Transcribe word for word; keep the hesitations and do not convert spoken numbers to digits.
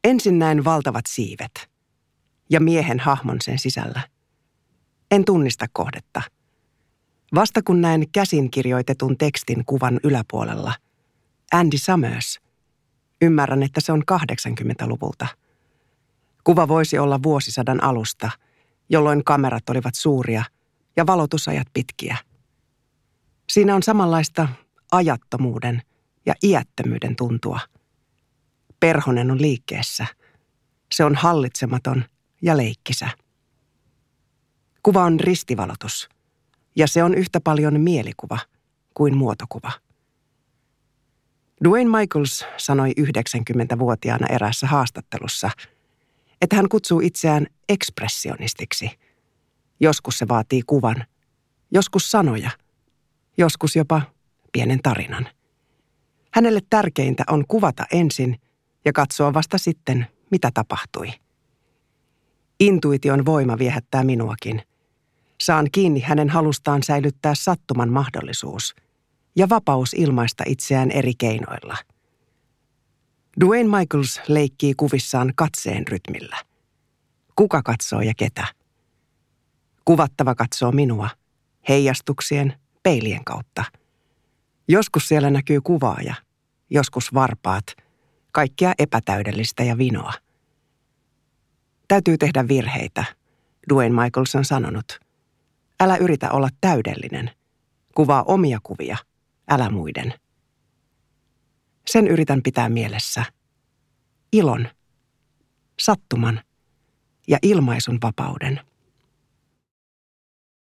Ensin näen valtavat siivet ja miehen hahmon sen sisällä. En tunnista kohdetta. Vasta kun näen käsin kirjoitetun tekstin kuvan yläpuolella, Andy Summers, ymmärrän, että se on kahdeksankymmentäluvulta. Kuva voisi olla vuosisadan alusta, jolloin kamerat olivat suuria ja valotusajat pitkiä. Siinä on samanlaista ajattomuuden ja iättömyyden tuntua. Perhonen on liikkeessä. Se on hallitsematon ja leikkisä. Kuva on ristivalotus, ja se on yhtä paljon mielikuva kuin muotokuva. Duane Michaels sanoi yhdeksänkymmentävuotiaana eräässä haastattelussa, että hän kutsuu itseään ekspressionistiksi. Joskus se vaatii kuvan, joskus sanoja, joskus jopa pienen tarinan. Hänelle tärkeintä on kuvata ensin ja katsoa vasta sitten, mitä tapahtui. Intuition voima viehättää minuakin. Saan kiinni hänen halustaan säilyttää sattuman mahdollisuus ja vapaus ilmaista itseään eri keinoilla. Duane Michaels leikkii kuvissaan katseen rytmillä. Kuka katsoo ja ketä? Kuvattava katsoo minua, heijastuksien, peilien kautta. Joskus siellä näkyy kuvaaja, joskus varpaat, kaikkea epätäydellistä ja vinoa. Täytyy tehdä virheitä, Duane Michaels on sanonut. Älä yritä olla täydellinen. Kuvaa omia kuvia, älä muiden. Sen yritän pitää mielessä. Ilon, sattuman ja ilmaisun vapauden.